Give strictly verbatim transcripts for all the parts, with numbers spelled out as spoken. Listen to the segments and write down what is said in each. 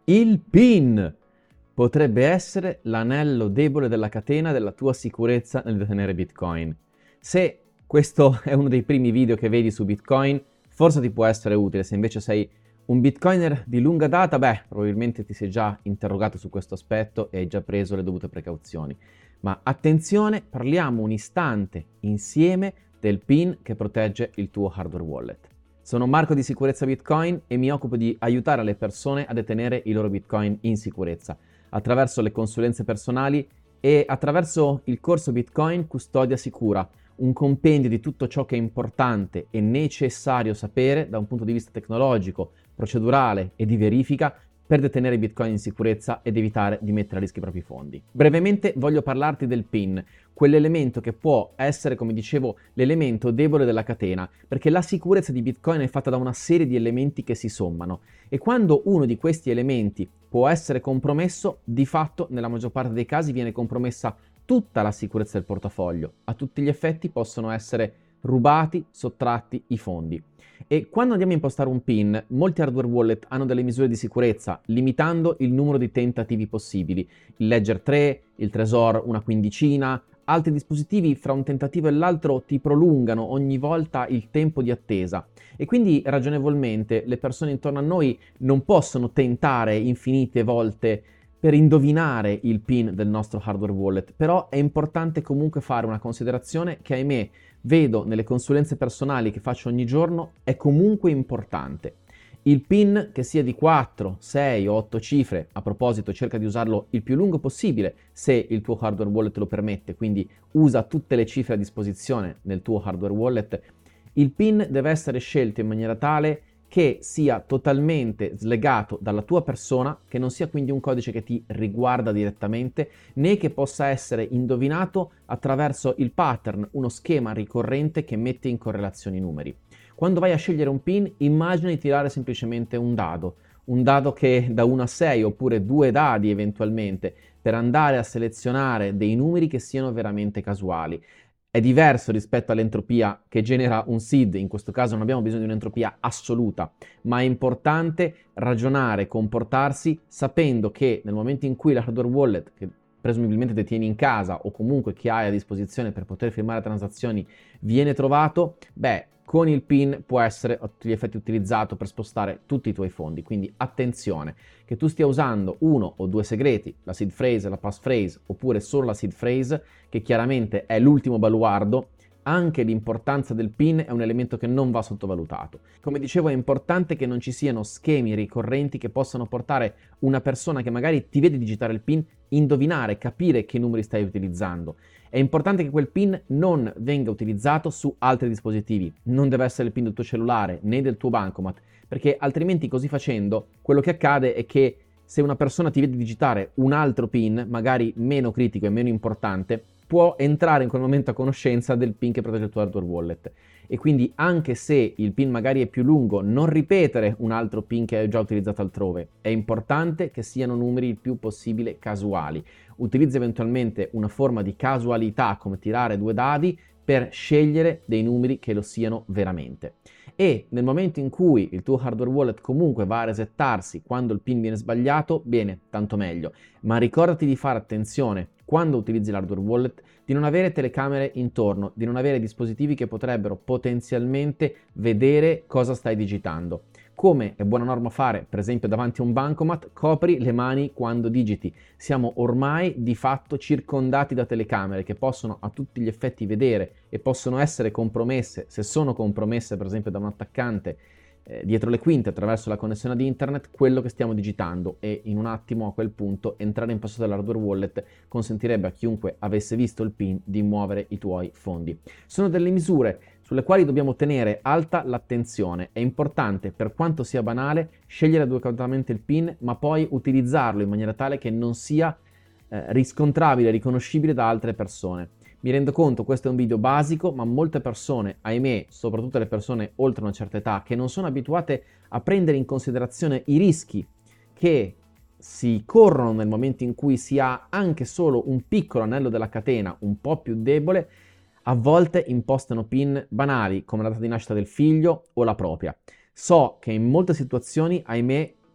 Il PIN potrebbe essere l'anello debole della catena della tua sicurezza nel detenere Bitcoin. Se questo è uno dei primi video che vedi su Bitcoin, forse ti può essere utile. Se invece sei un bitcoiner di lunga data, beh, probabilmente ti sei già interrogato su questo aspetto e hai già preso le dovute precauzioni. Ma attenzione, parliamo un istante insieme del PIN che protegge il tuo hardware wallet. Sono Marco di Sicurezza Bitcoin e mi occupo di aiutare le persone a detenere i loro Bitcoin in sicurezza attraverso le consulenze personali e attraverso il corso Bitcoin Custodia Sicura, un compendio di tutto ciò che è importante e necessario sapere da un punto di vista tecnologico, procedurale e di verifica per detenere Bitcoin in sicurezza ed evitare di mettere a rischio i propri fondi. Brevemente voglio parlarti del PIN, quell'elemento che può essere, come dicevo, l'elemento debole della catena, perché la sicurezza di Bitcoin è fatta da una serie di elementi che si sommano e quando uno di questi elementi può essere compromesso, di fatto nella maggior parte dei casi viene compromessa tutta la sicurezza del portafoglio. A tutti gli effetti possono essere rubati, sottratti i fondi. E quando andiamo a impostare un PIN, molti hardware wallet hanno delle misure di sicurezza, limitando il numero di tentativi possibili. Il Ledger tre, il Trezor una quindicina, altri dispositivi fra un tentativo e l'altro ti prolungano ogni volta il tempo di attesa. E quindi ragionevolmente le persone intorno a noi non possono tentare infinite volte per indovinare il PIN del nostro hardware wallet, però è importante comunque fare una considerazione che, ahimè, vedo nelle consulenze personali che faccio ogni giorno, è comunque importante. Il PIN, che sia di quattro, sei o otto cifre, a proposito cerca di usarlo il più lungo possibile se il tuo hardware wallet lo permette, quindi usa tutte le cifre a disposizione nel tuo hardware wallet. Il PIN deve essere scelto in maniera tale che sia totalmente slegato dalla tua persona, che non sia quindi un codice che ti riguarda direttamente, né che possa essere indovinato attraverso il pattern, uno schema ricorrente che mette in correlazione i numeri. Quando vai a scegliere un PIN, immagina di tirare semplicemente un dado, un dado che da uno a sei oppure due dadi eventualmente, per andare a selezionare dei numeri che siano veramente casuali. È diverso rispetto all'entropia che genera un seed, in questo caso non abbiamo bisogno di un'entropia assoluta, ma è importante ragionare, comportarsi sapendo che nel momento in cui l'hardware wallet, che presumibilmente detieni in casa o comunque che hai a disposizione per poter firmare transazioni, viene trovato, beh, con il PIN può essere a tutti gli effetti utilizzato per spostare tutti i tuoi fondi. Quindi attenzione, che tu stia usando uno o due segreti, la seed phrase e la passphrase, oppure solo la seed phrase, che chiaramente è l'ultimo baluardo, anche l'importanza del PIN è un elemento che non va sottovalutato. Come dicevo, è importante che non ci siano schemi ricorrenti che possano portare una persona che magari ti vede digitare il PIN, indovinare, capire che numeri stai utilizzando. È importante che quel PIN non venga utilizzato su altri dispositivi, non deve essere il PIN del tuo cellulare né del tuo bancomat, perché altrimenti così facendo quello che accade è che se una persona ti vede digitare un altro PIN, magari meno critico e meno importante, può entrare in quel momento a conoscenza del PIN che protegge il tuo hardware wallet. E quindi anche se il PIN magari è più lungo, non ripetere un altro PIN che hai già utilizzato altrove. È importante che siano numeri il più possibile casuali. Utilizza eventualmente una forma di casualità come tirare due dadi per scegliere dei numeri che lo siano veramente. E nel momento in cui il tuo hardware wallet comunque va a resettarsi quando il PIN viene sbagliato, bene, tanto meglio. Ma ricordati di fare attenzione quando utilizzi l'hardware wallet di non avere telecamere intorno, di non avere dispositivi che potrebbero potenzialmente vedere cosa stai digitando. Come è buona norma fare, per esempio davanti a un bancomat, copri le mani quando digiti. Siamo ormai di fatto circondati da telecamere che possono a tutti gli effetti vedere e possono essere compromesse, se sono compromesse per esempio da un attaccante eh, dietro le quinte attraverso la connessione ad internet, quello che stiamo digitando, e in un attimo a quel punto entrare in possesso dell'hardware wallet consentirebbe a chiunque avesse visto il PIN di muovere i tuoi fondi. Sono delle misure sulle quali dobbiamo tenere alta l'attenzione. È importante, per quanto sia banale, scegliere adeguatamente il PIN, ma poi utilizzarlo in maniera tale che non sia eh, riscontrabile, riconoscibile da altre persone. Mi rendo conto, questo è un video basico, ma molte persone, ahimè, soprattutto le persone oltre una certa età, che non sono abituate a prendere in considerazione i rischi che si corrono nel momento in cui si ha anche solo un piccolo anello della catena un po' più debole, a volte impostano PIN banali come la data di nascita del figlio o la propria. So che in molte situazioni, ahimè,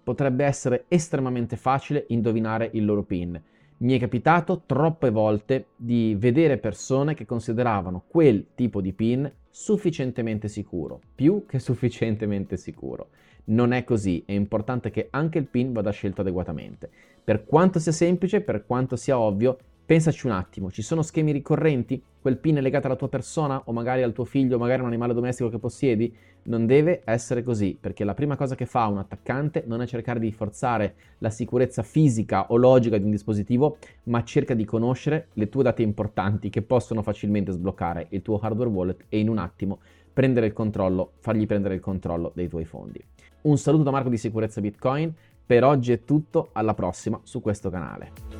potrebbe essere estremamente facile indovinare il loro PIN. Mi è capitato troppe volte di vedere persone che consideravano quel tipo di PIN sufficientemente sicuro, più che sufficientemente sicuro. Non è così, è importante che anche il PIN vada scelto adeguatamente. Per quanto sia semplice, per quanto sia ovvio, pensaci un attimo, ci sono schemi ricorrenti? Quel PIN è legato alla tua persona o magari al tuo figlio o magari a un animale domestico che possiedi? Non deve essere così, perché la prima cosa che fa un attaccante non è cercare di forzare la sicurezza fisica o logica di un dispositivo, ma cerca di conoscere le tue date importanti che possono facilmente sbloccare il tuo hardware wallet e in un attimo prendere il controllo, fargli prendere il controllo dei tuoi fondi. Un saluto da Marco di Sicurezza Bitcoin, per oggi è tutto, alla prossima su questo canale.